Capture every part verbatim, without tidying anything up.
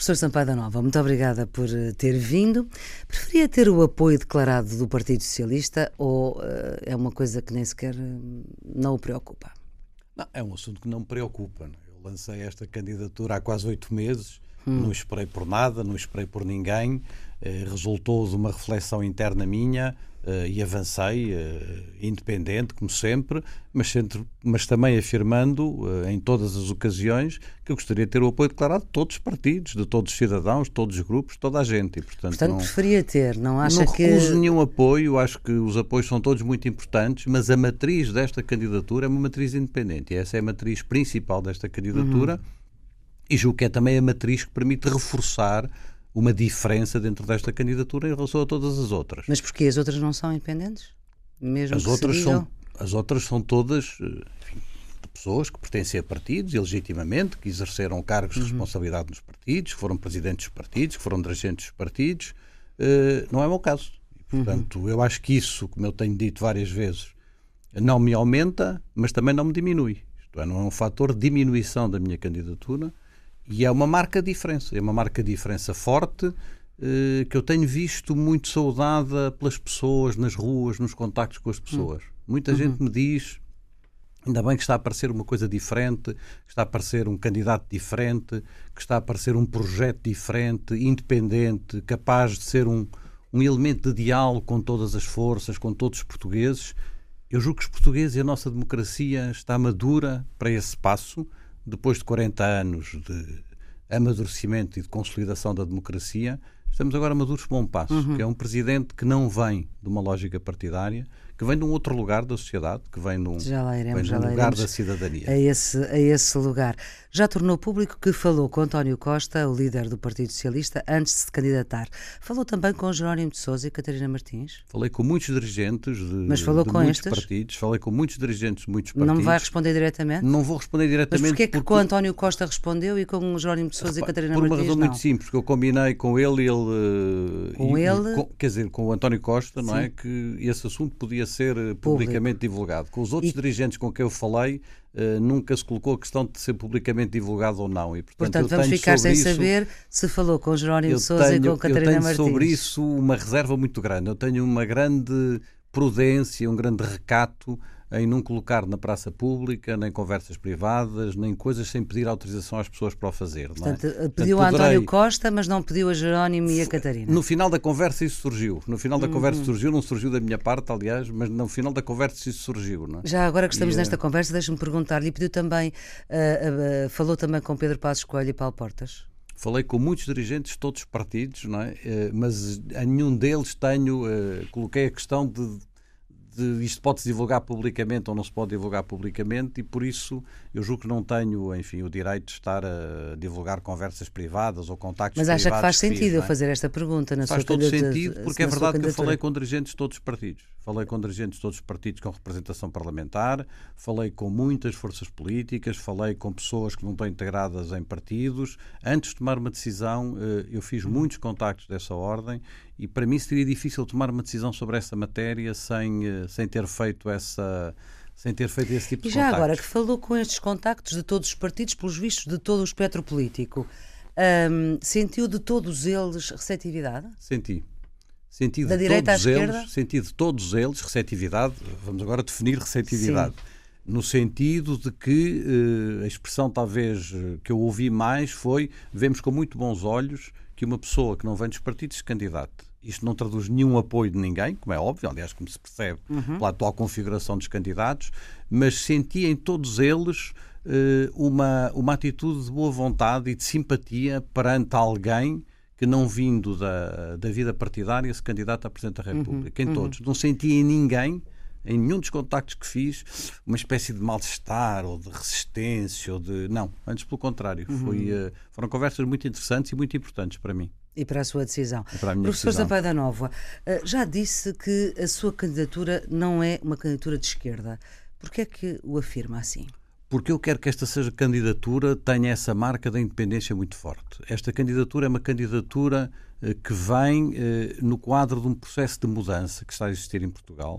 Professor Sampaio da Nova, muito obrigada por ter vindo. Preferia ter o apoio declarado do Partido Socialista ou uh, é uma coisa que nem sequer uh, não o preocupa? Não, é um assunto que não me preocupa. Não? Eu lancei esta candidatura há quase oito meses, hum. não esperei por nada, não esperei por ninguém, eh, resultou de uma reflexão interna minha eh, e avancei, eh, independente, como sempre, mas, sempre, mas também afirmando eh, em todas as ocasiões que eu gostaria de ter o apoio declarado de todos os partidos, de todos os cidadãos, de todos os grupos, de toda a gente. E, portanto, portanto não, preferia ter, não acha não que... Não recuso nenhum apoio, acho que os apoios são todos muito importantes, mas a matriz desta candidatura é uma matriz independente e essa é a matriz principal desta candidatura uhum. e julgo que é também a matriz que permite reforçar uma diferença dentro desta candidatura em relação a todas as outras. Mas porquê as outras não são independentes? Mesmo as, que outras se são, as outras são todas... Enfim, pessoas que pertencem a partidos e legitimamente, que exerceram cargos de responsabilidade nos partidos, que foram presidentes dos partidos, que foram dirigentes dos partidos. Uh, não é o meu caso. E, portanto, uhum. eu acho que isso, como eu tenho dito várias vezes, não me aumenta, mas também não me diminui. Isto é, não é um fator de diminuição da minha candidatura e é uma marca de diferença. É uma marca de diferença forte uh, que eu tenho visto muito saudada pelas pessoas, nas ruas, nos contactos com as pessoas. Uhum. Muita gente me diz... Ainda bem que está a aparecer uma coisa diferente, que está a aparecer um candidato diferente, que está a aparecer um projeto diferente, independente, capaz de ser um, um elemento de diálogo com todas as forças, com todos os portugueses. Eu julgo que os portugueses e a nossa democracia está madura para esse passo, depois de quarenta anos de amadurecimento e de consolidação da democracia. Estamos agora maduros para um passo, uhum. que é um presidente que não vem de uma lógica partidária, que vem de um outro lugar da sociedade, que vem de um, já lá iremos, vem de um já lá lugar iremos da cidadania. A esse, a esse lugar. Já tornou público que falou com António Costa, o líder do Partido Socialista, antes de se candidatar. Falou também com Jerónimo de Sousa e Catarina Martins? Falei com muitos dirigentes de, Mas falou de com muitos estes? partidos. Falei com muitos dirigentes de muitos partidos. Não me vai responder diretamente? Não vou responder diretamente. Mas porquê é que porque... com António Costa respondeu e com Jerónimo de Sousa Repa, e Catarina por Martins uma razão não? muito simples, porque eu combinei com ele, ele, com e, ele... E, com, quer dizer, com o António Costa, Sim. não é? Que esse assunto podia ser publicamente Público. divulgado. Com os outros e... dirigentes com quem eu falei, uh, nunca se colocou a questão de ser publicamente divulgado ou não. E, portanto, portanto eu vamos tenho ficar sem isso, saber se falou com Jerónimo de Sousa e com Catarina eu tenho Martins. sobre isso uma reserva muito grande. Eu tenho uma grande prudência, um grande recato em não colocar na praça pública, nem conversas privadas, nem coisas sem pedir autorização às pessoas para o fazer. Portanto, não é? pediu Portanto, a António poderei... Costa, mas não pediu a Jerónimo e a Catarina. No final da conversa isso surgiu. No final da uhum. conversa surgiu, não surgiu da minha parte, aliás, mas no final da conversa isso surgiu. Não é? Já agora que estamos e, nesta uh... conversa, deixa-me perguntar-lhe, e pediu também, uh, uh, falou também com Pedro Passos Coelho e Paulo Portas? Falei com muitos dirigentes de todos os partidos, não é? Uh, mas a nenhum deles tenho, uh, coloquei a questão de De, isto pode-se divulgar publicamente ou não se pode divulgar publicamente e por isso eu julgo que não tenho, enfim, o direito de estar a divulgar conversas privadas ou contactos Mas privados. Mas acha que faz que sentido fiz, eu é? fazer esta pergunta na faz sua todo candidatura? sentido, porque é verdade que eu falei com dirigentes de todos os partidos. Falei com dirigentes de todos os partidos com representação parlamentar, falei com muitas forças políticas, falei com pessoas que não estão integradas em partidos. Antes de tomar uma decisão, eu fiz muitos contactos dessa ordem e para mim seria difícil tomar uma decisão sobre essa matéria sem, sem ter feito essa... sem ter feito esse tipo de contactos. E já contactos. Agora que falou com estes contactos de todos os partidos, pelos vistos de todo o espectro político, hum, sentiu de todos eles receptividade? Senti. Senti da de direita à todos esquerda? Eles, senti de todos eles receptividade. Vamos agora definir receptividade. Sim. No sentido de que uh, a expressão talvez que eu ouvi mais foi: vemos com muito bons olhos que uma pessoa que não vem dos partidos se candidate. Isto não traduz nenhum apoio de ninguém, como é óbvio, aliás, como se percebe uhum. pela atual configuração dos candidatos, mas senti em todos eles uh, uma, uma atitude de boa vontade e de simpatia perante alguém que, não vindo da, da vida partidária, se candidata a Presidente da República. Uhum. Em todos. Uhum. Não senti em ninguém, em nenhum dos contactos que fiz, uma espécie de mal-estar ou de resistência. Ou de... Não, antes pelo contrário. Uhum. Foi, uh, foram conversas muito interessantes e muito importantes para mim. E para a sua decisão. Para a minha Professor decisão. Sampaio da Nova, já disse que a sua candidatura não é uma candidatura de esquerda. Porquê é que o afirma assim? Porque eu quero que esta seja candidatura tenha essa marca da independência muito forte. Esta candidatura é uma candidatura eh, que vem eh, no quadro de um processo de mudança que está a existir em Portugal.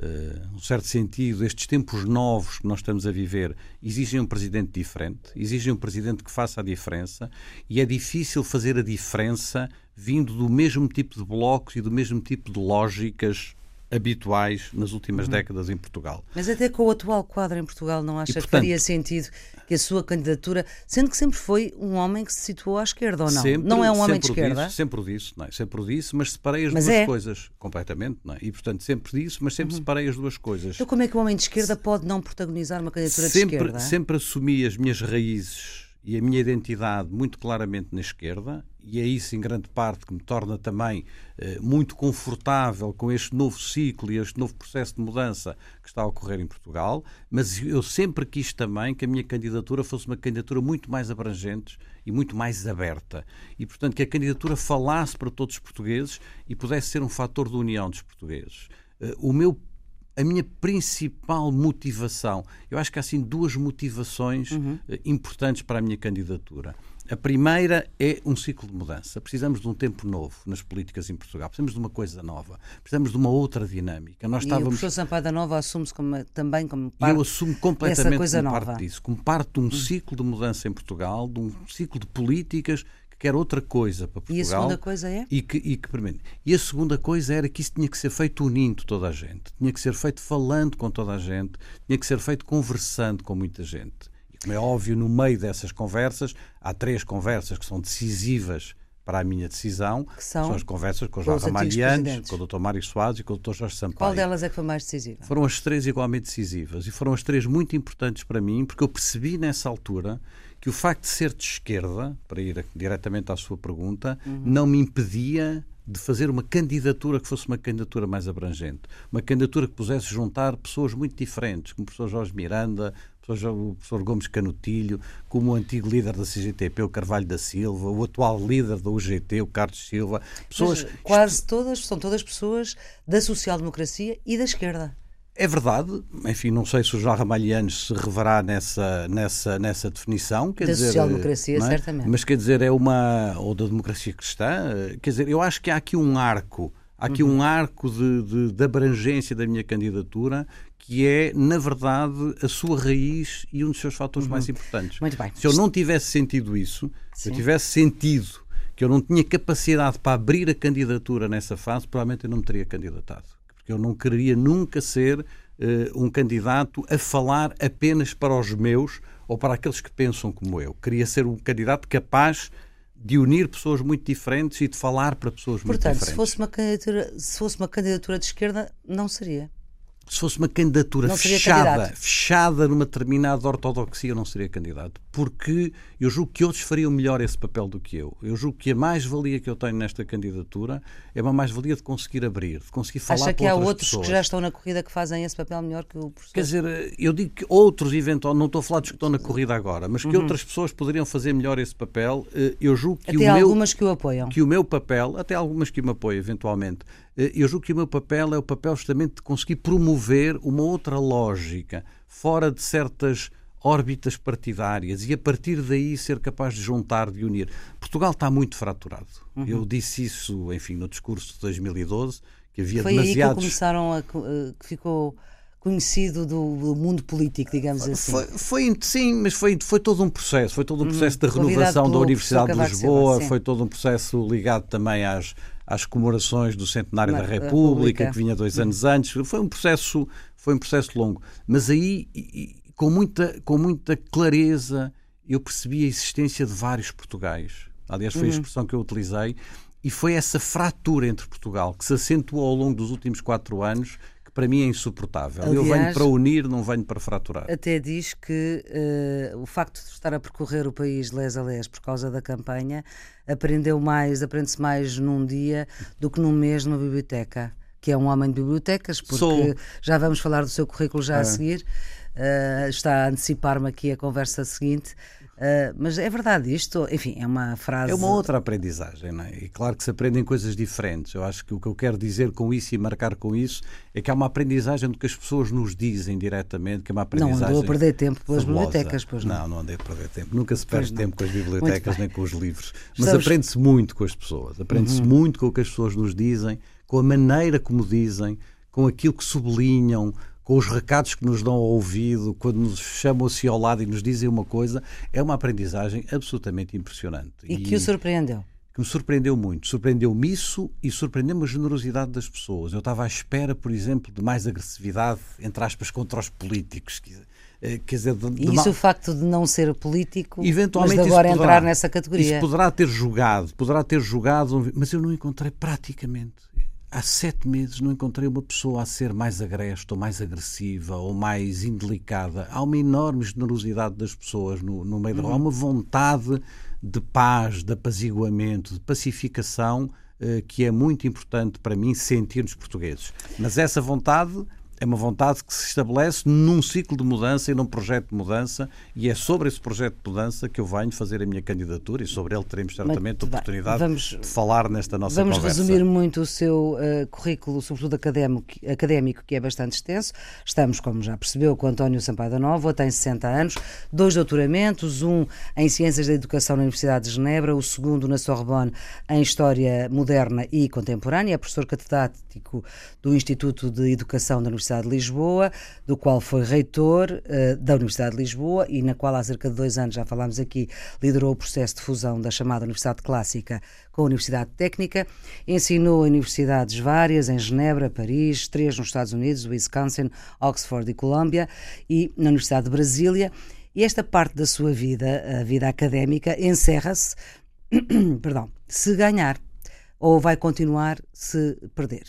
uh, um certo sentido, estes tempos novos que nós estamos a viver exigem um presidente diferente, exigem um presidente que faça a diferença, e é difícil fazer a diferença vindo do mesmo tipo de blocos e do mesmo tipo de lógicas habituais nas últimas uhum. décadas em Portugal. Mas até com o atual quadro em Portugal, não acha e, portanto, que faria sentido que a sua candidatura, sendo que sempre foi um homem que se situou à esquerda, ou não? Sempre, não é um homem de esquerda? Disse, sempre o disse, não é? Sempre o disse, mas separei as mas duas é. coisas completamente, não é? E, portanto, sempre disse, mas sempre uhum. separei as duas coisas. Então como é que o homem de esquerda pode não protagonizar uma candidatura sempre, de esquerda? Sempre assumi as minhas raízes e a minha identidade muito claramente na esquerda, e é isso em grande parte que me torna também eh, muito confortável com este novo ciclo e este novo processo de mudança que está a ocorrer em Portugal, mas eu sempre quis também que a minha candidatura fosse uma candidatura muito mais abrangente e muito mais aberta, e portanto que a candidatura falasse para todos os portugueses e pudesse ser um fator de união dos portugueses. Eh, o meu A minha principal motivação, eu acho que há assim duas motivações uhum. uh, importantes para a minha candidatura. A primeira é um ciclo de mudança. Precisamos de um tempo novo nas políticas em Portugal. Precisamos de uma coisa nova. Precisamos de uma outra dinâmica. Nós e estávamos... o professor Sampaio da Nova assume-se como, também como parte eu assumo completamente coisa como nova. parte disso, como parte de um uhum. ciclo de mudança em Portugal, de um ciclo de políticas que era outra coisa para Portugal. E a segunda coisa é? E, que, e, que, e a segunda coisa era que isso tinha que ser feito unindo toda a gente, tinha que ser feito falando com toda a gente, tinha que ser feito conversando com muita gente. E como é óbvio, no meio dessas conversas, há três conversas que são decisivas para a minha decisão, que são, são as conversas com o João Ramalhianes, com o doutor Mário Soares e com o doutor Jorge Sampaio. Qual delas é que foi mais decisiva? Foram as três igualmente decisivas, e foram as três muito importantes para mim, porque eu percebi nessa altura que o facto de ser de esquerda, para ir diretamente à sua pergunta, uhum. não me impedia de fazer uma candidatura que fosse uma candidatura mais abrangente. Uma candidatura que pudesse juntar pessoas muito diferentes, como o professor Jorge Miranda, o professor Gomes Canutilho, como o antigo líder da C G T P, o Carvalho da Silva, o atual líder da U G T, o Carlos Silva. Pessoas... Mas quase todas, são todas pessoas da social-democracia e da esquerda. É verdade, enfim, não sei se o João Ramalhianes se reverá nessa, nessa, nessa definição. Quer da dizer, social-democracia, é? certamente. Mas quer dizer, é uma. Ou da democracia cristã, quer dizer, eu acho que há aqui um arco, há aqui uhum. um arco de, de, de abrangência da minha candidatura, que é, na verdade, a sua raiz e um dos seus fatores uhum. mais importantes. Muito bem. Se eu não tivesse sentido isso, Sim. se eu tivesse sentido que eu não tinha capacidade para abrir a candidatura nessa fase, provavelmente eu não me teria candidatado. Porque eu não queria nunca ser uh, um candidato a falar apenas para os meus ou para aqueles que pensam como eu. Queria ser um candidato capaz de unir pessoas muito diferentes e de falar para pessoas Portanto, muito diferentes. Portanto, se fosse uma candidatura, se fosse uma candidatura de esquerda, não seria? Se fosse uma candidatura não fechada, fechada numa determinada ortodoxia, eu não seria candidato. Porque eu julgo que outros fariam melhor esse papel do que eu. Eu julgo que a mais-valia que eu tenho nesta candidatura é uma mais-valia de conseguir abrir, de conseguir falar Acha que com há outras outros pessoas. que já estão na corrida que fazem esse papel melhor que o professor? Quer dizer, eu digo que outros, eventualmente, não estou a falar dos que estão na corrida agora, mas que uhum. outras pessoas poderiam fazer melhor esse papel. Eu julgo que até o meu, algumas que o apoiam. Que o meu papel, até algumas que me apoiam, eventualmente, eu julgo que o meu papel é o papel justamente de conseguir promover uma outra lógica, fora de certas órbitas partidárias, e a partir daí ser capaz de juntar, de unir. Portugal está muito fraturado. Uhum. Eu disse isso, enfim, no discurso de dois mil e doze, que havia Foi demasiados... Foi aí que começaram a... que ficou conhecido do, do mundo político, digamos assim. Foi, foi, sim, mas foi, foi todo um processo. Foi todo um processo uhum. de renovação Convidado da Universidade de Lisboa, Silva, foi todo um processo ligado também às, às comemorações do centenário Na, da República, República, que vinha dois anos uhum. antes. Foi um processo, foi um processo longo. Mas aí, e, com, muita, com muita clareza, eu percebi a existência de vários Portugais. Aliás, foi uhum. a expressão que eu utilizei. E foi essa fratura entre Portugal que se acentuou ao longo dos últimos quatro anos, para mim é insuportável. Aliás, eu venho para unir, não venho para fraturar. Até diz que uh, o facto de estar a percorrer o país les a les por causa da campanha, aprendeu mais, aprende-se mais num dia do que num mês numa biblioteca, que é um homem de bibliotecas, porque Sou. já vamos falar do seu currículo já é. a seguir. Uh, está a antecipar-me aqui a conversa seguinte. Uh, mas é verdade isto, enfim, é uma frase... É uma outra aprendizagem, não é? E claro que se aprendem coisas diferentes. Eu acho que o que eu quero dizer com isso e marcar com isso é que há uma aprendizagem do que as pessoas nos dizem diretamente, que é uma aprendizagem... Não andou a perder tempo pelas fabulosa. bibliotecas, pois não? Não, não andei a perder tempo. Nunca se perde tempo com as bibliotecas nem com os livros. Mas Estamos... aprende-se muito com as pessoas. Aprende-se uhum. muito com o que as pessoas nos dizem, com a maneira como dizem, com aquilo que sublinham, com os recados que nos dão ao ouvido, quando nos chamam assim ao lado e nos dizem uma coisa, é uma aprendizagem absolutamente impressionante. E, e que o surpreendeu? Que me surpreendeu muito. Surpreendeu-me isso e surpreendeu-me a generosidade das pessoas. Eu estava à espera, por exemplo, de mais agressividade, entre aspas, contra os políticos. Quer dizer, de, de e isso mal... o facto de não ser político, eventualmente mas de agora poderá, entrar nessa categoria. Isso poderá ter jogado, poderá ter jogado, mas eu não encontrei praticamente. Há sete meses não encontrei uma pessoa a ser mais agreste, ou mais agressiva, ou mais indelicada. Há uma enorme generosidade das pessoas no, no meio da rua. Há uma vontade de paz, de apaziguamento, de pacificação, eh, que é muito importante para mim sentir nos portugueses. Mas essa vontade é uma vontade que se estabelece num ciclo de mudança e num projeto de mudança, e é sobre esse projeto de mudança que eu venho fazer a minha candidatura, e sobre ele teremos certamente a oportunidade vamos, de falar nesta nossa vamos conversa. Vamos resumir muito o seu uh, currículo, sobretudo académico, académico, que é bastante extenso. Estamos, como já percebeu, com António Sampaio da Nova, tem sessenta anos, dois doutoramentos, um em Ciências da Educação na Universidade de Genebra, o segundo na Sorbonne em História Moderna e Contemporânea, é professor catedrático do Instituto de Educação da Universidade de Lisboa, do qual foi reitor uh, da Universidade de Lisboa e na qual há cerca de dois anos, já falámos aqui, liderou o processo de fusão da chamada Universidade Clássica com a Universidade Técnica. Ensinou em universidades várias, em Genebra, Paris, três nos Estados Unidos, Wisconsin, Oxford e Colômbia, e na Universidade de Brasília. E esta parte da sua vida, a vida académica, encerra-se, perdão, se ganhar, ou vai continuar se perder?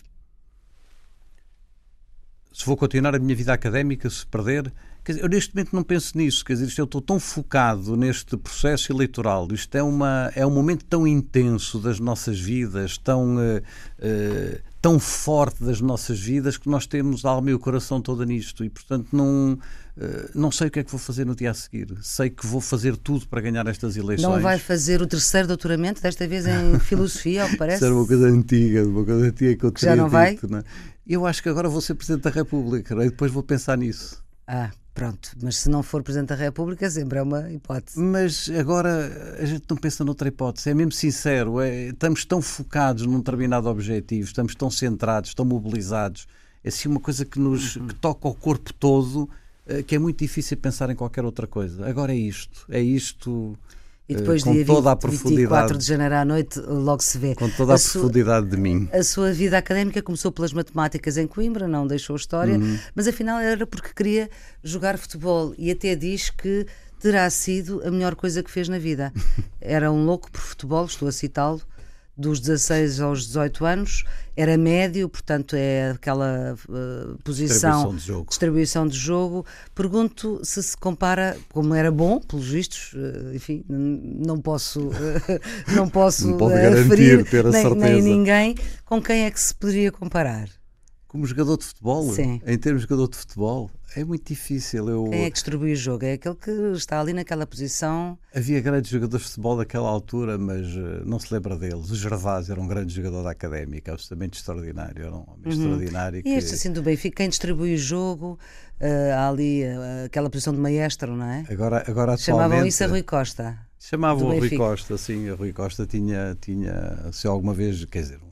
Se vou continuar a minha vida académica, se perder, quer dizer, eu neste momento não penso nisso, quer dizer, eu estou tão focado neste processo eleitoral, isto é, uma, é um momento tão intenso das nossas vidas, tão, uh, uh, tão forte das nossas vidas, que nós temos a alma e o coração todo nisto, e portanto não, uh, não sei o que é que vou fazer no dia a seguir, sei que vou fazer tudo para ganhar estas eleições. Não vai fazer o terceiro doutoramento, desta vez em filosofia, ao que parece? Isso era uma coisa antiga, uma coisa antiga que eu que já não vai? Dito, não é? Eu acho que agora vou ser Presidente da República, e depois vou pensar nisso. Ah, pronto. Mas se não for Presidente da República, sempre é uma hipótese. Mas agora a gente não pensa noutra hipótese. É mesmo sincero. É, estamos tão focados num determinado objetivo, estamos tão centrados, tão mobilizados. É assim uma coisa que nos que toca o corpo todo, que é muito difícil pensar em qualquer outra coisa. Agora é isto. É isto... E depois, com dia toda vinte, a profundidade, vinte e quatro de janeiro à noite, logo se vê. Com toda a, a profundidade sua, de mim. A sua vida académica começou pelas matemáticas em Coimbra, não deixou história, uhum. mas afinal era porque queria jogar futebol, e até diz que terá sido a melhor coisa que fez na vida. Era um louco por futebol, estou a citá-lo, dos dezasseis aos dezoito anos, era médio, portanto é aquela uh, posição distribuição de jogo. distribuição de jogo. Pergunto se se compara, como era bom, pelos vistos, uh, enfim, não posso uh, não posso não pode uh, garantir, referir ter a nem, certeza. nem ninguém, com quem é que se poderia comparar? Como jogador de futebol? Sim. Em termos de jogador de futebol, é muito difícil. Eu... Quem é que distribui o jogo? É aquele que está ali naquela posição. Havia grandes jogadores de futebol daquela altura, mas uh, não se lembra deles. O Gervásio era um grande jogador da Académica, absolutamente extraordinário. Era um homem uhum. extraordinário. E que... este assim do Benfica, quem distribui o jogo, uh, há ali uh, aquela posição de maestro, não é? Agora, agora atualmente... Chamavam isso a Rui Costa. Chamavam a Rui Costa, sim. A Rui Costa tinha, tinha, se alguma vez, quer dizer...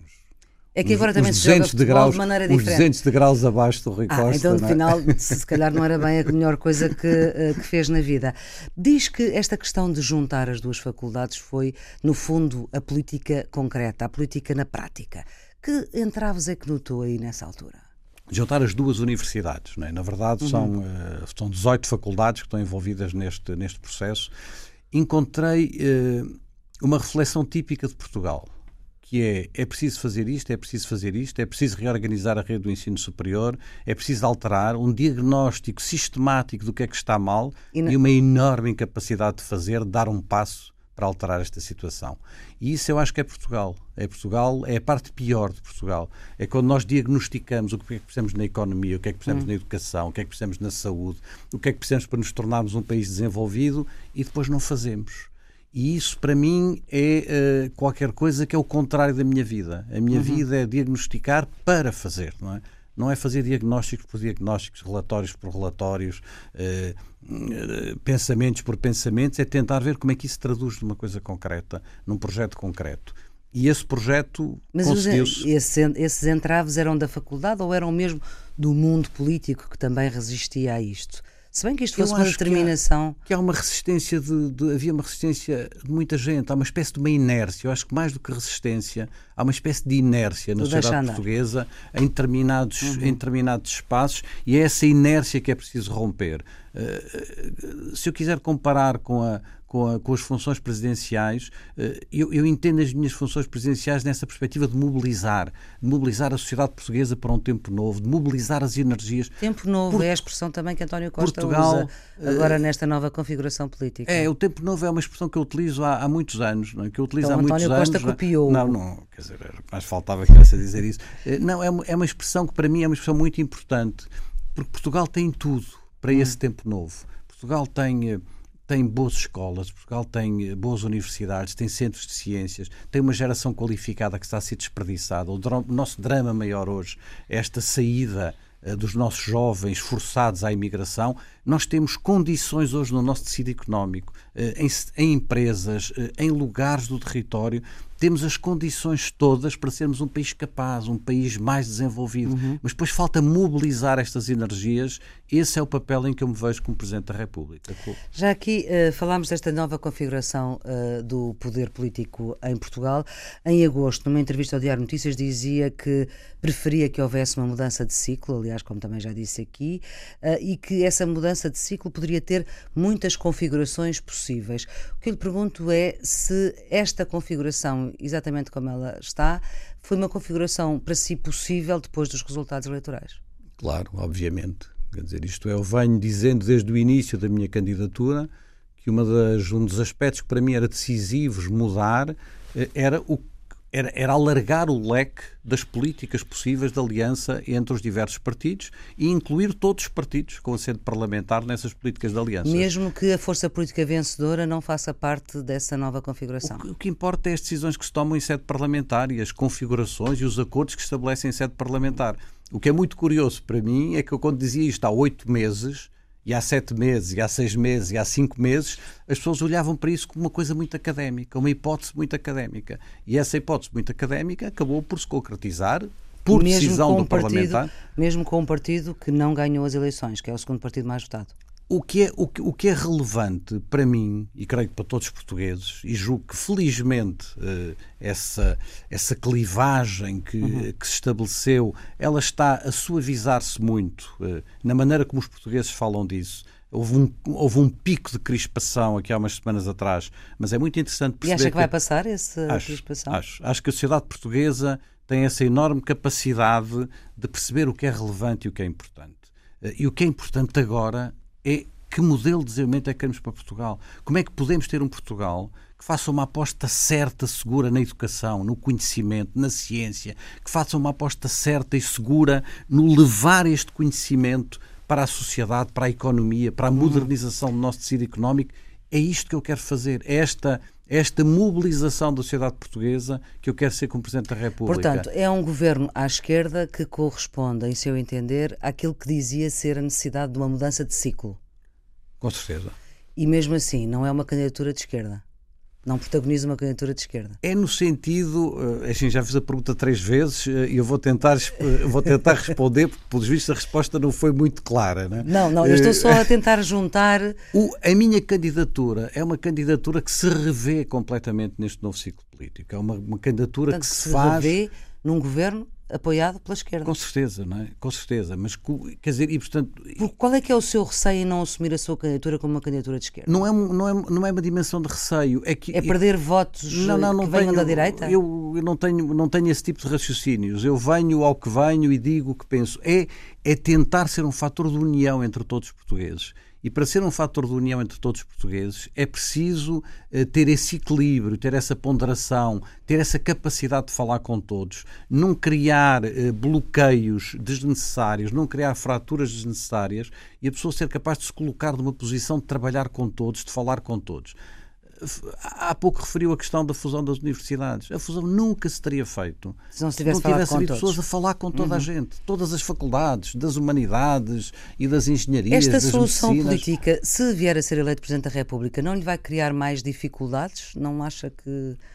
É que agora uns, também uns se joga de graus, de maneira uns diferente. duzentos de graus abaixo do Rui ah, Costa. Então, no não é? final, se calhar não era bem a melhor coisa que, uh, que fez na vida. Diz que esta questão de juntar as duas faculdades foi, no fundo, a política concreta, a política na prática. Que entraves é que notou aí nessa altura? Juntar as duas universidades, não é? Na verdade, uhum. são, uh, são dezoito faculdades que estão envolvidas neste, neste processo. Encontrei uh, uma reflexão típica de Portugal, que é, é preciso fazer isto, é preciso fazer isto, é preciso reorganizar a rede do ensino superior, é preciso alterar um diagnóstico sistemático do que é que está mal e, não... e uma enorme incapacidade de fazer, de dar um passo para alterar esta situação. E isso eu acho que é Portugal. É Portugal, é a parte pior de Portugal. É quando nós diagnosticamos o que é que precisamos na economia, o que é que precisamos hum. na educação, o que é que precisamos na saúde, o que é que precisamos para nos tornarmos um país desenvolvido e depois não fazemos. E isso, para mim, é uh, qualquer coisa que é o contrário da minha vida. A minha uhum. vida é diagnosticar para fazer, não é? Não é fazer diagnósticos por diagnósticos, relatórios por relatórios, uh, uh, pensamentos por pensamentos, é tentar ver como é que isso se traduz numa coisa concreta, num projeto concreto. E esse projeto Mas conseguiu-se. Esses, esses entraves eram da faculdade ou eram mesmo do mundo político que também resistia a isto? Se bem que isto fosse uma determinação... Que há, que há uma resistência, de, de, havia uma resistência de muita gente, há uma espécie de uma inércia. Eu acho que mais do que resistência, há uma espécie de inércia na sociedade portuguesa em determinados, uhum. em determinados espaços, e é essa inércia que é preciso romper. Uh, se eu quiser comparar com a Com, a, com as funções presidenciais, eu, eu entendo as minhas funções presidenciais nessa perspectiva de mobilizar, de mobilizar a sociedade portuguesa para um tempo novo, de mobilizar as energias. Tempo novo Por... é a expressão também que António Costa Portugal, usa agora uh, nesta nova configuração política. É, o tempo novo é uma expressão que eu utilizo há, há muitos anos, não é? Que eu utilizo então, há muitos António anos. Costa copiou. Não, não, quer dizer, mais faltava que essa dizer isso. Não, é uma, é uma expressão que para mim é uma expressão muito importante, porque Portugal tem tudo para hum. esse tempo novo. Portugal tem... tem boas escolas, Portugal tem boas universidades, tem centros de ciências, tem uma geração qualificada que está a ser desperdiçada. O, dra- o nosso drama maior hoje é esta saída uh, dos nossos jovens forçados à imigração. Nós temos condições hoje no nosso tecido económico, uh, em, em empresas, uh, em lugares do território, temos as condições todas para sermos um país capaz, um país mais desenvolvido. Uhum. Mas depois falta mobilizar estas energias. Esse é o papel em que eu me vejo como Presidente da República. Já aqui uh, falámos desta nova configuração uh, do poder político em Portugal. Em agosto, numa entrevista ao Diário Notícias, dizia que preferia que houvesse uma mudança de ciclo, aliás, como também já disse aqui, uh, e que essa mudança de ciclo poderia ter muitas configurações possíveis. O que eu lhe pergunto é se esta configuração, exatamente como ela está, foi uma configuração para si possível depois dos resultados eleitorais. Claro, obviamente. Quer dizer, isto é, eu venho dizendo desde o início da minha candidatura que uma das, um dos aspectos que para mim era decisivos mudar era, o, era, era alargar o leque das políticas possíveis de aliança entre os diversos partidos e incluir todos os partidos com assento parlamentar nessas políticas de aliança. Mesmo que a força política vencedora não faça parte dessa nova configuração. O que, o que importa é as decisões que se tomam em sede parlamentar e as configurações e os acordos que se estabelecem em sede parlamentar. O que é muito curioso para mim é que eu, quando dizia isto há oito meses, e há sete meses, e há seis meses, e há cinco meses, as pessoas olhavam para isso como uma coisa muito académica, uma hipótese muito académica. E essa hipótese muito académica acabou por se concretizar por mesmo decisão do partido, parlamentar. Mesmo com um partido que não ganhou as eleições, que é o segundo partido mais votado. O que, é, o, que, o que é relevante para mim, e creio que para todos os portugueses, e julgo que felizmente eh, essa, essa clivagem que, uhum. que se estabeleceu, ela está a suavizar-se muito eh, na maneira como os portugueses falam disso. Houve um, houve um pico de crispação aqui há umas semanas atrás, mas é muito interessante perceber... E acha que, que vai passar essa acho, crispação? Acho, acho que a sociedade portuguesa tem essa enorme capacidade de perceber o que é relevante e o que é importante. Eh, e o que é importante agora é que modelo de desenvolvimento é que queremos para Portugal. Como é que podemos ter um Portugal que faça uma aposta certa, segura na educação, no conhecimento, na ciência, que faça uma aposta certa e segura no levar este conhecimento para a sociedade, para a economia, para a modernização do nosso tecido económico. É isto que eu quero fazer, é esta, esta mobilização da sociedade portuguesa que eu quero ser como Presidente da República. Portanto, é um governo à esquerda que corresponde, em seu entender, àquilo que dizia ser a necessidade de uma mudança de ciclo. Com certeza. E mesmo assim, não é uma candidatura de esquerda? Não protagoniza uma candidatura de esquerda? É no sentido, assim, já fiz a pergunta três vezes e eu vou tentar, vou tentar responder, porque pelos vistos a resposta não foi muito clara. Não, é? não, não, eu estou só a tentar juntar... O, a minha candidatura é uma candidatura que se revê completamente neste novo ciclo político. É uma, uma candidatura Portanto, que se, se faz... revê num governo apoiado pela esquerda. Com certeza, não é? Com certeza, mas quer dizer, e portanto... Porque qual é que é o seu receio em não assumir a sua candidatura como uma candidatura de esquerda? Não é, não é, não é uma dimensão de receio. É, que, é perder é, votos não, não, não que venham tenho, da direita? Eu, eu não, tenho, não tenho esse tipo de raciocínios. Eu venho ao que venho e digo o que penso. É, é tentar ser um fator de união entre todos os portugueses. E para ser um fator de união entre todos os portugueses é preciso uh, ter esse equilíbrio, ter essa ponderação, ter essa capacidade de falar com todos, não criar uh, bloqueios desnecessários, não criar fraturas desnecessárias e a pessoa ser capaz de se colocar numa posição de trabalhar com todos, de falar com todos. Há pouco referiu a questão da fusão das universidades. A fusão nunca se teria feito se não, se tivesse, não tivesse havido pessoas a falar com toda uhum. a gente. Todas as faculdades, das humanidades e das engenharias, Esta das solução medicinas. política, se vier a ser eleito Presidente da República, não lhe vai criar mais dificuldades? Não acha que...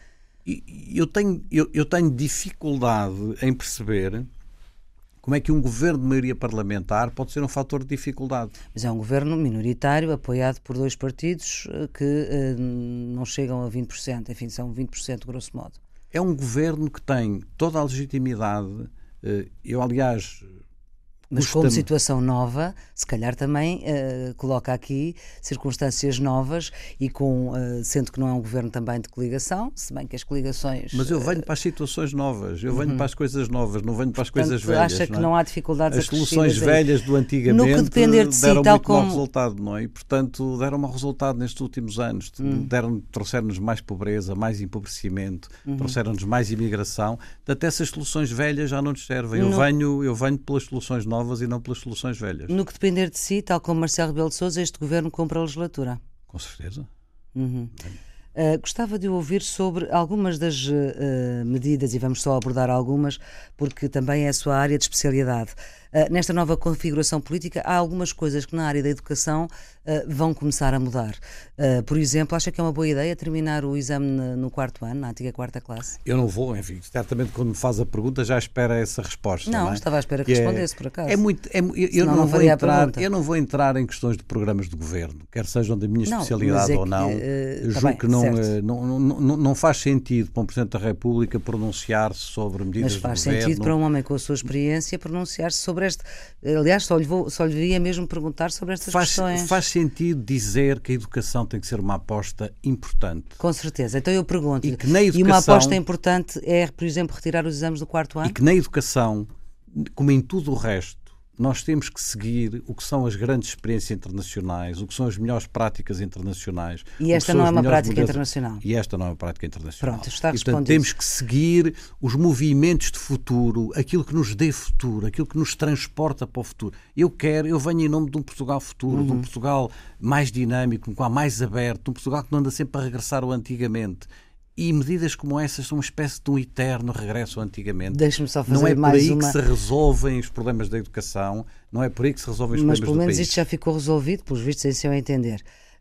E eu tenho, eu, eu tenho dificuldade em perceber como é que um governo de maioria parlamentar pode ser um fator de dificuldade. Mas é um governo minoritário, apoiado por dois partidos que uh, não chegam a vinte por cento, enfim, são vinte por cento grosso modo. É um governo que tem toda a legitimidade. Uh, eu, aliás... Mas como situação nova, se calhar também uh, coloca aqui circunstâncias novas e com, uh, sendo que não é um governo também de coligação, se bem que as coligações... Mas eu venho para as situações novas, eu venho uhum. para as coisas novas, não venho para as Portanto, coisas velhas. Acha que não, é? não há dificuldades as soluções velhas do antigamente no que depender de si, deram tal muito como... mau resultado, não é? E, portanto, deram mau resultado nestes últimos anos. Hum. Deram, trouxeram-nos mais pobreza, mais empobrecimento, uhum. trouxeram-nos mais imigração. Portanto, essas soluções velhas já não nos servem. Eu, no... venho, eu venho pelas soluções novas e não pelas soluções velhas. No que depender de si, tal como Marcelo Rebelo de Sousa, este governo cumpre a legislatura. Com certeza. Uhum. Uh, gostava de ouvir sobre algumas das uh, medidas, e vamos só abordar algumas, porque também é a sua área de especialidade. Uh, nesta nova configuração política, há algumas coisas que na área da educação uh, vão começar a mudar. Uh, por exemplo, acha que é uma boa ideia terminar o exame no, no quarto ano, na antiga quarta classe? Eu não vou, enfim, certamente quando me faz a pergunta já espera essa resposta. Não, não é? Estava à espera que, que respondesse, é, por acaso. É muito, é, eu, eu, não não vou entrar, eu não vou entrar em questões de programas de governo, quer sejam da minha especialidade não, é ou não. Que, uh, eu julgo tá bem, que não, uh, não, não, não, não faz sentido para um Presidente da República pronunciar-se sobre medidas de governo. Mas faz sentido para um homem com a sua experiência pronunciar-se sobre este... Aliás, só lhe, vou, só lhe devia mesmo perguntar sobre estas faz, questões. Faz sentido dizer que a educação tem que ser uma aposta importante. Com certeza. Então eu pergunto, e, que na educação, e uma aposta importante é, por exemplo, retirar os exames do quarto ano? E que na educação, como em tudo o resto, nós temos que seguir o que são as grandes experiências internacionais, o que são as melhores práticas internacionais. E esta não é uma prática modelos... internacional. E esta não é uma prática internacional. Pronto, está respondido. E, portanto, temos que seguir os movimentos de futuro, aquilo que nos dê futuro, aquilo que nos transporta para o futuro. Eu quero, eu venho em nome de um Portugal futuro, uhum. de um Portugal mais dinâmico, mais aberto, de um Portugal que não anda sempre a regressar ao antigamente. E medidas como essas são uma espécie de um eterno regresso ao antigamente. Deixe-me só fazer não é por mais aí uma... que se resolvem os problemas da educação, não é por aí que se resolvem os mas, problemas do país. Mas pelo menos isto já ficou resolvido, pelos vistos, em seu entender.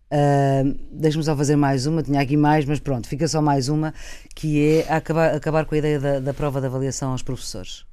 Uh, Deixe-me só fazer mais uma, tinha aqui mais, mas pronto, fica só mais uma, que é acabar, acabar com a ideia da, da prova de avaliação aos professores.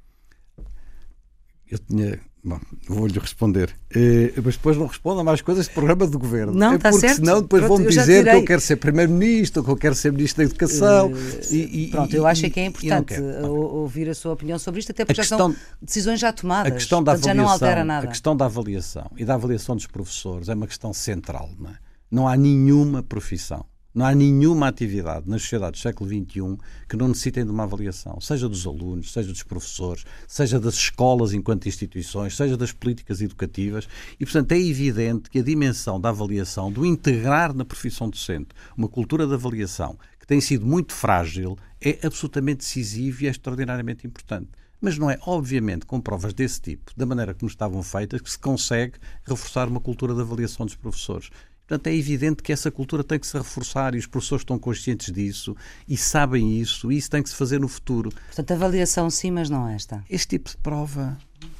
Eu tinha... Bom, vou-lhe responder. Uh, mas depois não respondo a mais coisas de programa do governo. Não, está porque certo. Senão depois Pronto, vão-me dizer tirei... que eu quero ser primeiro-ministro, que eu quero ser ministro da Educação. Uh, e, e, pronto, eu acho que é importante ouvir a sua opinião sobre isto, até porque a já questão, são decisões já tomadas. A questão da avaliação, já não altera nada. A questão da avaliação e da avaliação dos professores é uma questão central. Não é? Não há nenhuma profissão, não há nenhuma atividade nas sociedades do século vinte e um que não necessitem de uma avaliação, seja dos alunos, seja dos professores, seja das escolas enquanto instituições, seja das políticas educativas e, portanto, é evidente que a dimensão da avaliação, do integrar na profissão docente uma cultura de avaliação que tem sido muito frágil, é absolutamente decisivo e é extraordinariamente importante. Mas não é, obviamente, com provas desse tipo, da maneira como estavam feitas, que se consegue reforçar uma cultura de avaliação dos professores. Portanto, é evidente que essa cultura tem que se reforçar e os professores estão conscientes disso e sabem isso e isso tem que se fazer no futuro. Portanto, avaliação sim, mas não esta. Este tipo de prova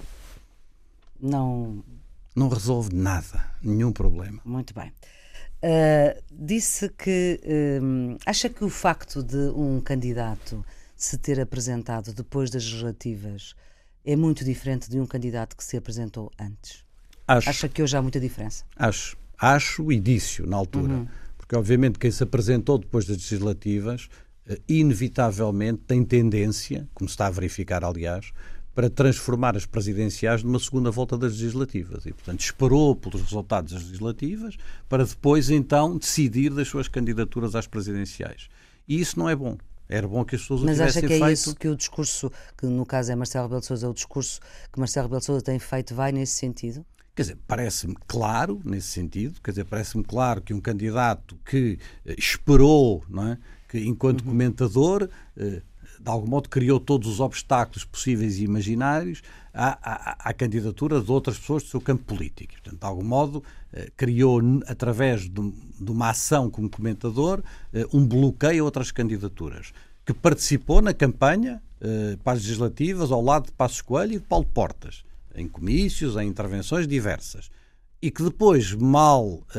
não, não resolve nada, nenhum problema. Muito bem. Uh, disse que um, acha que o facto de um candidato se ter apresentado depois das legislativas é muito diferente de um candidato que se apresentou antes? Acho. Acha que hoje há muita diferença? Acho. Acho e disse-o na altura, uhum. porque obviamente quem se apresentou depois das legislativas inevitavelmente tem tendência, como se está a verificar aliás, para transformar as presidenciais numa segunda volta das legislativas e portanto esperou pelos resultados das legislativas para depois então decidir das suas candidaturas às presidenciais e isso não é bom. Era bom que as pessoas o Mas tivessem acha que é feito. isso que o discurso, que no caso é Marcelo Rebelo de Sousa, o discurso que Marcelo Rebelo de Sousa tem feito vai nesse sentido? Quer dizer, parece-me claro nesse sentido, quer dizer, parece-me claro que um candidato que eh, esperou, não é? Que enquanto uhum. comentador, eh, de algum modo criou todos os obstáculos possíveis e imaginários à, à, à candidatura de outras pessoas do seu campo político. Portanto, de algum modo, eh, criou, através de, de uma ação como comentador, eh, um bloqueio a outras candidaturas, que participou na campanha eh, para as legislativas ao lado de Passos Coelho e de Paulo Portas, em comícios, em intervenções diversas, e que depois, mal uh,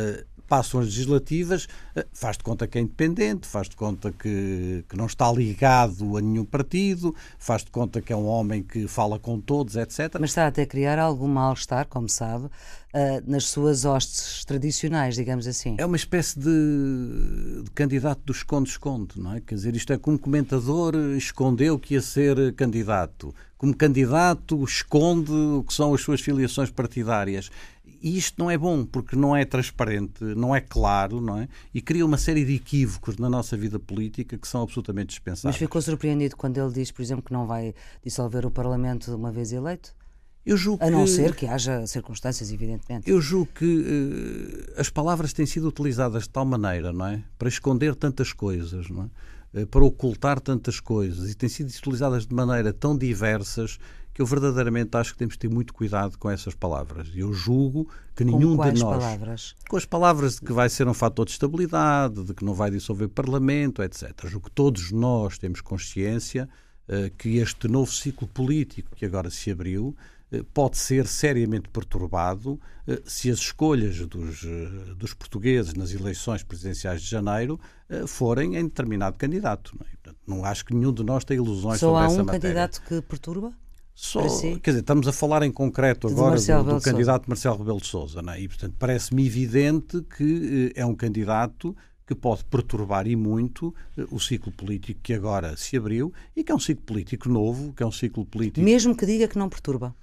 passam as legislativas, faz de conta que é independente, faz de conta que, que não está ligado a nenhum partido, faz de conta que é um homem que fala com todos, etcétera. Mas está até a criar algum mal-estar, como sabe, nas suas hostes tradicionais, digamos assim. É uma espécie de, de candidato do esconde-esconde, não é? Quer dizer, isto é como comentador escondeu que ia ser candidato. Como candidato esconde o que são as suas filiações partidárias. E isto não é bom, porque não é transparente, não é claro, não é? E cria uma série de equívocos na nossa vida política que são absolutamente dispensáveis. Mas ficou surpreendido quando ele diz, por exemplo, que não vai dissolver o Parlamento uma vez eleito? Eu julgo a não que, ser que haja circunstâncias, evidentemente. Eu julgo que uh, as palavras têm sido utilizadas de tal maneira, não é? Para esconder tantas coisas, não é? Uh, para ocultar tantas coisas, e têm sido utilizadas de maneira tão diversas que eu verdadeiramente acho que temos de ter muito cuidado com essas palavras. Eu julgo que com nenhum quais de nós... palavras? Com as palavras de que vai ser um fator de estabilidade, de que não vai dissolver o Parlamento, etcétera. Julgo que todos nós temos consciência uh, que este novo ciclo político que agora se abriu uh, pode ser seriamente perturbado uh, se as escolhas dos, uh, dos portugueses nas eleições presidenciais de janeiro uh, forem em determinado candidato. Não é? Portanto, não acho que nenhum de nós tem ilusões Só sobre há essa um matéria. candidato que perturba? Só, quer dizer, estamos a falar em concreto agora do, do candidato Marcelo Rebelo de Sousa, não é? E, portanto, parece-me evidente que eh, é um candidato que pode perturbar e muito eh, o ciclo político que agora se abriu e que é um ciclo político novo, que é um ciclo político... Mesmo que diga que não perturba?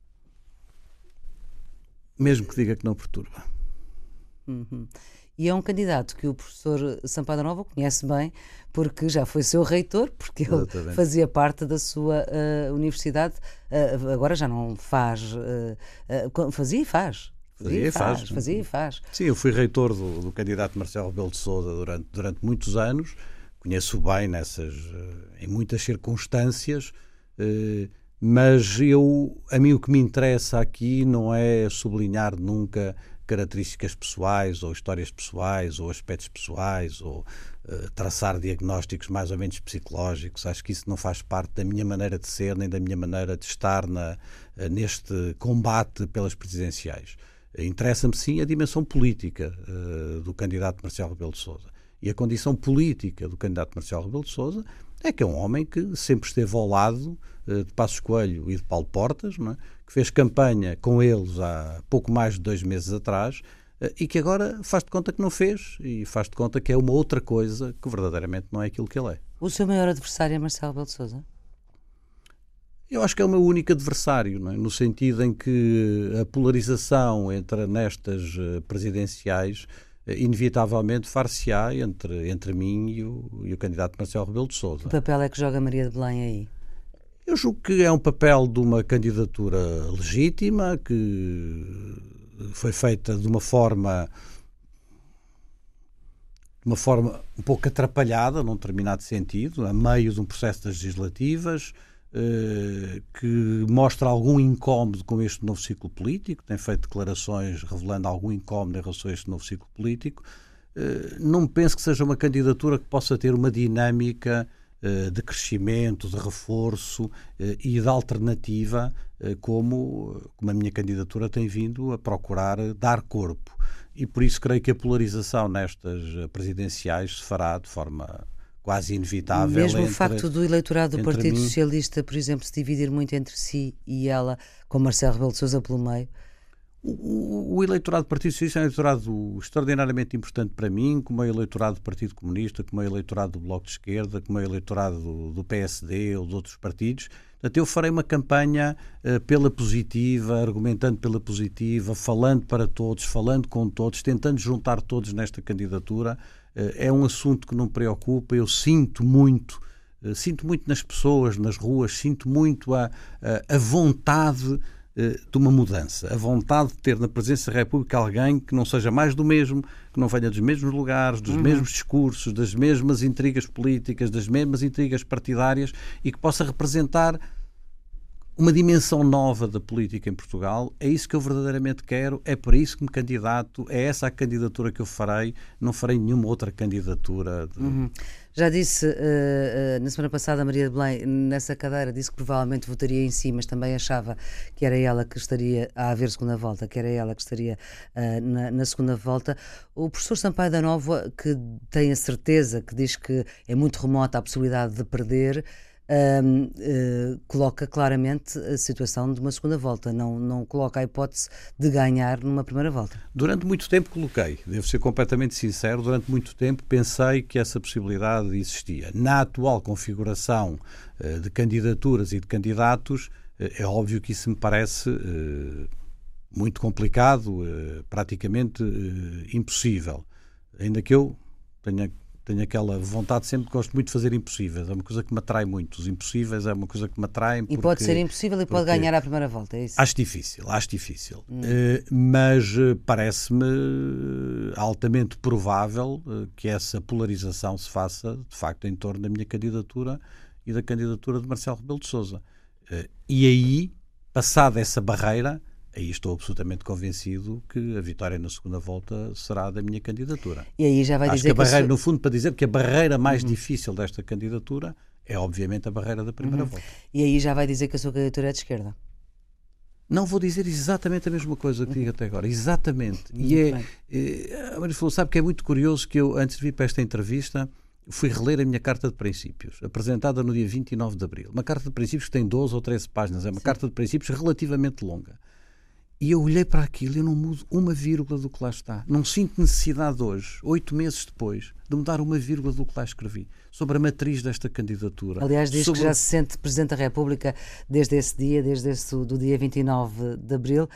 Mesmo que diga que não perturba. Uhum. E é um candidato que o professor Sampaio da Nova conhece bem, porque já foi seu reitor, porque ele Exatamente. Fazia parte da sua uh, universidade, uh, agora já não faz, uh, uh, fazia e faz. Fazia e faz, faz. Fazia e faz. Sim, eu fui reitor do, do candidato Marcelo Rebelo de Sousa durante, durante muitos anos, conheço bem nessas, em muitas circunstâncias, uh, mas eu, a mim o que me interessa aqui não é sublinhar nunca características pessoais ou histórias pessoais ou aspectos pessoais ou uh, traçar diagnósticos mais ou menos psicológicos. Acho que isso não faz parte da minha maneira de ser nem da minha maneira de estar na, uh, neste combate pelas presidenciais. Uh, interessa-me sim a dimensão política uh, do candidato Marcelo Rebelo de Sousa. E a condição política do candidato Marcelo Rebelo de Sousa é que é um homem que sempre esteve ao lado uh, de Passos Coelho e de Paulo Portas, não é? Que fez campanha com eles há pouco mais de dois meses atrás uh, e que agora faz de conta que não fez e faz de conta que é uma outra coisa que verdadeiramente não é aquilo que ele é. O seu maior adversário é Marcelo Rebelo de Sousa? Eu acho que é o meu único adversário, não é? No sentido em que a polarização entre nestas uh, presidenciais inevitavelmente far-se-á entre, entre mim e o, e o candidato Marcelo Rebelo de Sousa. Que papel é que joga Maria de Belém aí? Eu julgo que é um papel de uma candidatura legítima, que foi feita de uma forma de uma forma um pouco atrapalhada, num determinado sentido, a meio de um processo das legislativas, que mostra algum incómodo com este novo ciclo político, tem feito declarações revelando algum incómodo em relação a este novo ciclo político. Não penso que seja uma candidatura que possa ter uma dinâmica de crescimento, de reforço e de alternativa, como, como a minha candidatura tem vindo a procurar dar corpo. E por isso creio que a polarização nestas presidenciais se fará de forma quase inevitável. Mesmo entre, o facto do eleitorado do Partido mim... Socialista, por exemplo, se dividir muito entre si e ela, com Marcelo Rebelo de Sousa pelo meio? O, o, o eleitorado do Partido Socialista é um eleitorado extraordinariamente importante para mim, como é o eleitorado do Partido Comunista, como é o eleitorado do Bloco de Esquerda, como é o eleitorado do, do P S D ou de outros partidos. Portanto, eu farei uma campanha uh, pela positiva, argumentando pela positiva, falando para todos, falando com todos, tentando juntar todos nesta candidatura. Uh, é um assunto que não me preocupa, eu sinto muito, uh, sinto muito nas pessoas, nas ruas, sinto muito a, a, a vontade uh, de uma mudança, a vontade de ter na presença da República alguém que não seja mais do mesmo, que não venha dos mesmos lugares, dos uhum. mesmos discursos, das mesmas intrigas políticas, das mesmas intrigas partidárias e que possa representar uma dimensão nova da política em Portugal. É isso que eu verdadeiramente quero, é por isso que me candidato, é essa a candidatura que eu farei, não farei nenhuma outra candidatura. De... Uhum. Já disse, uh, uh, na semana passada, a Maria de Belém, nessa cadeira, disse que provavelmente votaria em si, mas também achava que era ela que estaria a haver segunda volta, que era ela que estaria uh, na, na segunda volta. O professor Sampaio da Nova, que tem a certeza, que diz que é muito remota a possibilidade de perder, Um, uh, coloca claramente a situação de uma segunda volta, não, não coloca a hipótese de ganhar numa primeira volta. Durante muito tempo coloquei, devo ser completamente sincero, durante muito tempo pensei que essa possibilidade existia. Na atual configuração uh, de candidaturas e de candidatos, uh, é óbvio que isso me parece uh, muito complicado, uh, praticamente uh, impossível, ainda que eu tenha Tenho aquela vontade, sempre gosto muito de fazer impossíveis. É uma coisa que me atrai muito. Os impossíveis é uma coisa que me atrai. E pode ser impossível e pode ganhar à primeira volta, é isso? Acho difícil, acho difícil. Hum. Uh, mas uh, parece-me altamente provável uh, que essa polarização se faça, de facto, em torno da minha candidatura e da candidatura de Marcelo Rebelo de Sousa. Uh, e aí, passada essa barreira, aí estou absolutamente convencido que a vitória na segunda volta será da minha candidatura. E aí já vai Acho dizer que a que barreira, a... no fundo, para dizer que a barreira mais uhum. difícil desta candidatura é, obviamente, a barreira da primeira uhum. volta. E aí já vai dizer que a sua candidatura é de esquerda? Não vou dizer exatamente a mesma coisa que digo até agora. Exatamente. E é, é, a Maria falou, sabe que é muito curioso que eu, antes de vir para esta entrevista, fui reler a minha carta de princípios, apresentada no dia vinte e nove de abril. Uma carta de princípios que tem doze ou treze páginas. É uma Sim. carta de princípios relativamente longa. E eu olhei para aquilo e eu não mudo uma vírgula do que lá está. Não sinto necessidade hoje, oito meses depois, de mudar uma vírgula do que lá escrevi, sobre a matriz desta candidatura. Aliás, diz sobre... que já se sente Presidente da República desde esse dia, desde esse, do dia vinte e nove de abril.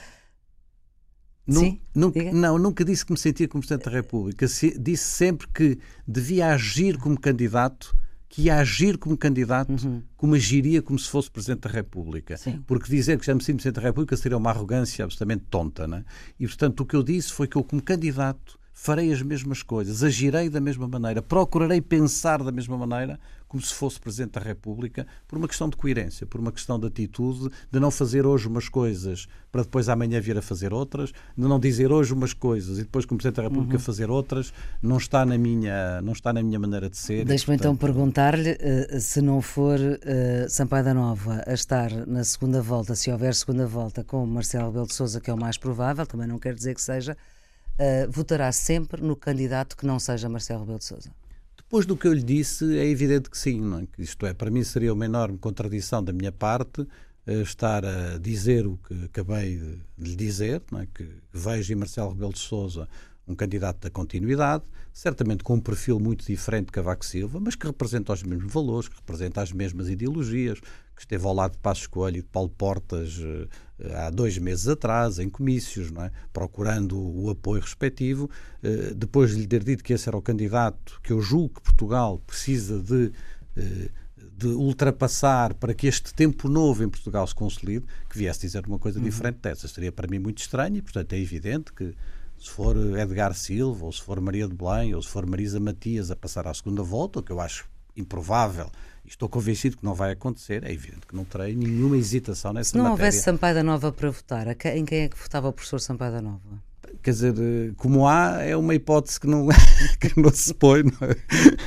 Não, Sim? Nunca, não, nunca disse que me sentia como Presidente da República. Disse sempre que devia agir como candidato, que ia agir como candidato, uhum. como agiria como se fosse Presidente da República. Sim. Porque dizer que já me sinto Presidente da República seria uma arrogância absolutamente tonta, não é? E, portanto, o que eu disse foi que eu, como candidato, farei as mesmas coisas, agirei da mesma maneira, procurarei pensar da mesma maneira, como se fosse Presidente da República, por uma questão de coerência, por uma questão de atitude, de não fazer hoje umas coisas para depois amanhã vir a fazer outras, de não dizer hoje umas coisas e depois, como Presidente da República, uhum. fazer outras, não está na minha, não está na minha maneira de ser. Deixe-me então perguntar-lhe, uh, se não for uh, Sampaio da Nova a estar na segunda volta, se houver segunda volta com Marcelo Rebelo de Sousa, que é o mais provável, também não quer dizer que seja, uh, votará sempre no candidato que não seja Marcelo Rebelo de Sousa? Depois do que eu lhe disse, é evidente que sim, não é? Isto é, para mim seria uma enorme contradição da minha parte uh, estar a dizer o que acabei de, de lhe dizer, não é? Que vejo em Marcelo Rebelo de Sousa um candidato da continuidade, certamente com um perfil muito diferente de Cavaco Silva, mas que representa os mesmos valores, que representa as mesmas ideologias, que esteve ao lado de Passos Coelho e de Paulo Portas uh, há dois meses atrás, em comícios, não é? Procurando o apoio respectivo. Uh, depois de lhe ter dito que esse era o candidato que eu julgo que Portugal precisa de, uh, de ultrapassar para que este tempo novo em Portugal se consolide, que viesse dizer uma coisa uhum. diferente dessas. Seria para mim muito estranho e, portanto, é evidente que se for Edgar Silva, ou se for Maria de Belém, ou se for Marisa Matias a passar à segunda volta, o que eu acho improvável, e estou convencido que não vai acontecer, é evidente que não terei nenhuma hesitação nessa matéria. Se não houvesse Sampaio da Nova para votar, em quem é que votava o professor Sampaio da Nova? Quer dizer, como há, é uma hipótese que não, que não se põe, não é?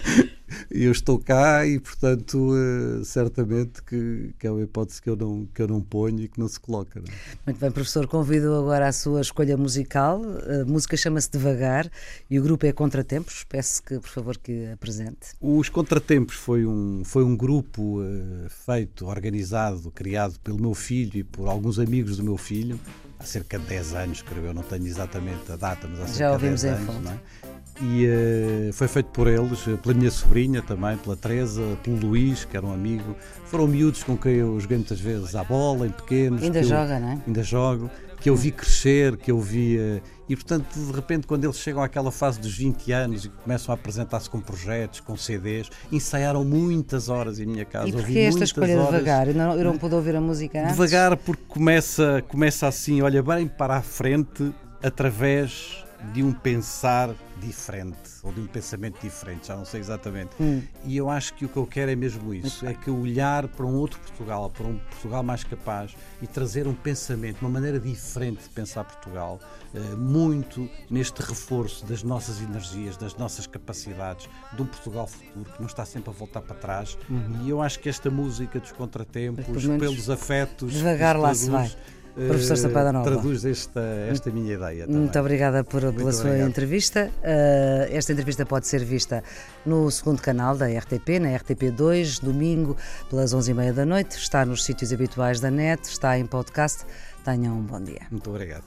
Eu estou cá e, portanto, uh, certamente que, que é uma hipótese que eu, não, que eu não ponho e que não se coloca. Não é? Muito bem, professor, convido agora à sua escolha musical. A música chama-se Devagar e o grupo é Contratempos. Peço que, por favor, que apresente. Os Contratempos foi um, foi um grupo uh, feito, organizado, criado pelo meu filho e por alguns amigos do meu filho. Há cerca de dez anos, creio eu, não tenho exatamente a data, mas há cerca Já ouvimos de dez em anos. fonte. Não é? E uh, foi feito por eles, pela minha sobrinha também, pela Teresa, pelo Luís, que era um amigo. Foram miúdos com quem eu joguei muitas vezes à bola, em pequenos. Ainda joga, eu, não é? Ainda jogo. Que eu vi crescer, que eu vi... Uh, e, portanto, de repente, quando eles chegam àquela fase dos vinte anos e começam a apresentar-se com projetos, com C Ds, ensaiaram muitas horas em minha casa. E porquê esta escolha horas, devagar? Eu não, eu não pude ouvir a música antes? Devagar porque começa, começa assim, olha bem para a frente, através de um pensar diferente, ou de um pensamento diferente, já não sei exatamente. Hum. E eu acho que o que eu quero é mesmo isso, é que olhar para um outro Portugal, para um Portugal mais capaz e trazer um pensamento, uma maneira diferente de pensar Portugal, muito neste reforço das nossas energias, das nossas capacidades, de um Portugal futuro que não está sempre a voltar para trás. Uhum. E eu acho que esta música dos contratempos, pelos afetos, devagar lá se vai. Professor Sampaio Nova, traduz esta, esta minha ideia também. Muito obrigada por, Muito pela obrigado. sua entrevista. Uh, esta entrevista pode ser vista no segundo canal da R T P, na R T P dois, domingo, pelas onze e meia da noite. Está nos sítios habituais da net, está em podcast. Tenham um bom dia. Muito obrigado.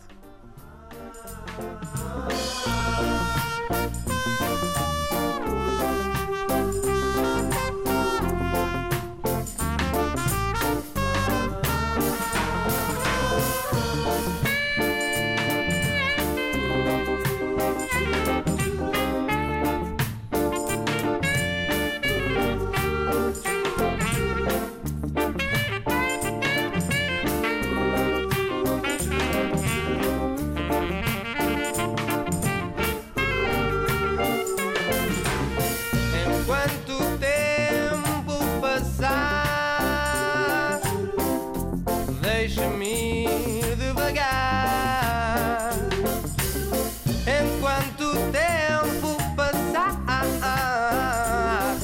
Deixa-me ir devagar, enquanto o tempo passar.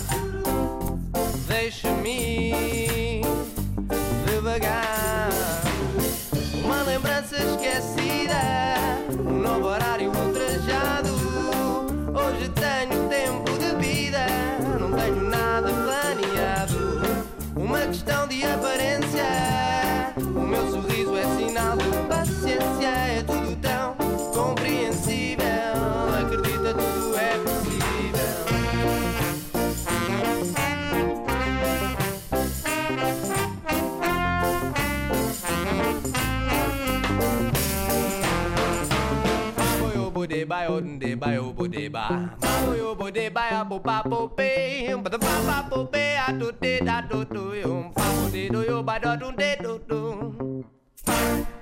Deixa-me ir devagar. Uma lembrança esquecida, um novo horário ultrajado. Hoje tenho tempo de vida, não tenho nada planeado. Uma questão de aparência. O meu sorriso é sinal de paciência, é tudo tão compreensível. Acredita, tudo é possível. Boyo bode ba onde ba yo bode ba. Boyo bode ba ya bo pa bo pe, ba da pa pa bo pe a do de da do do yo. Pa bo de do yo ba do de do do.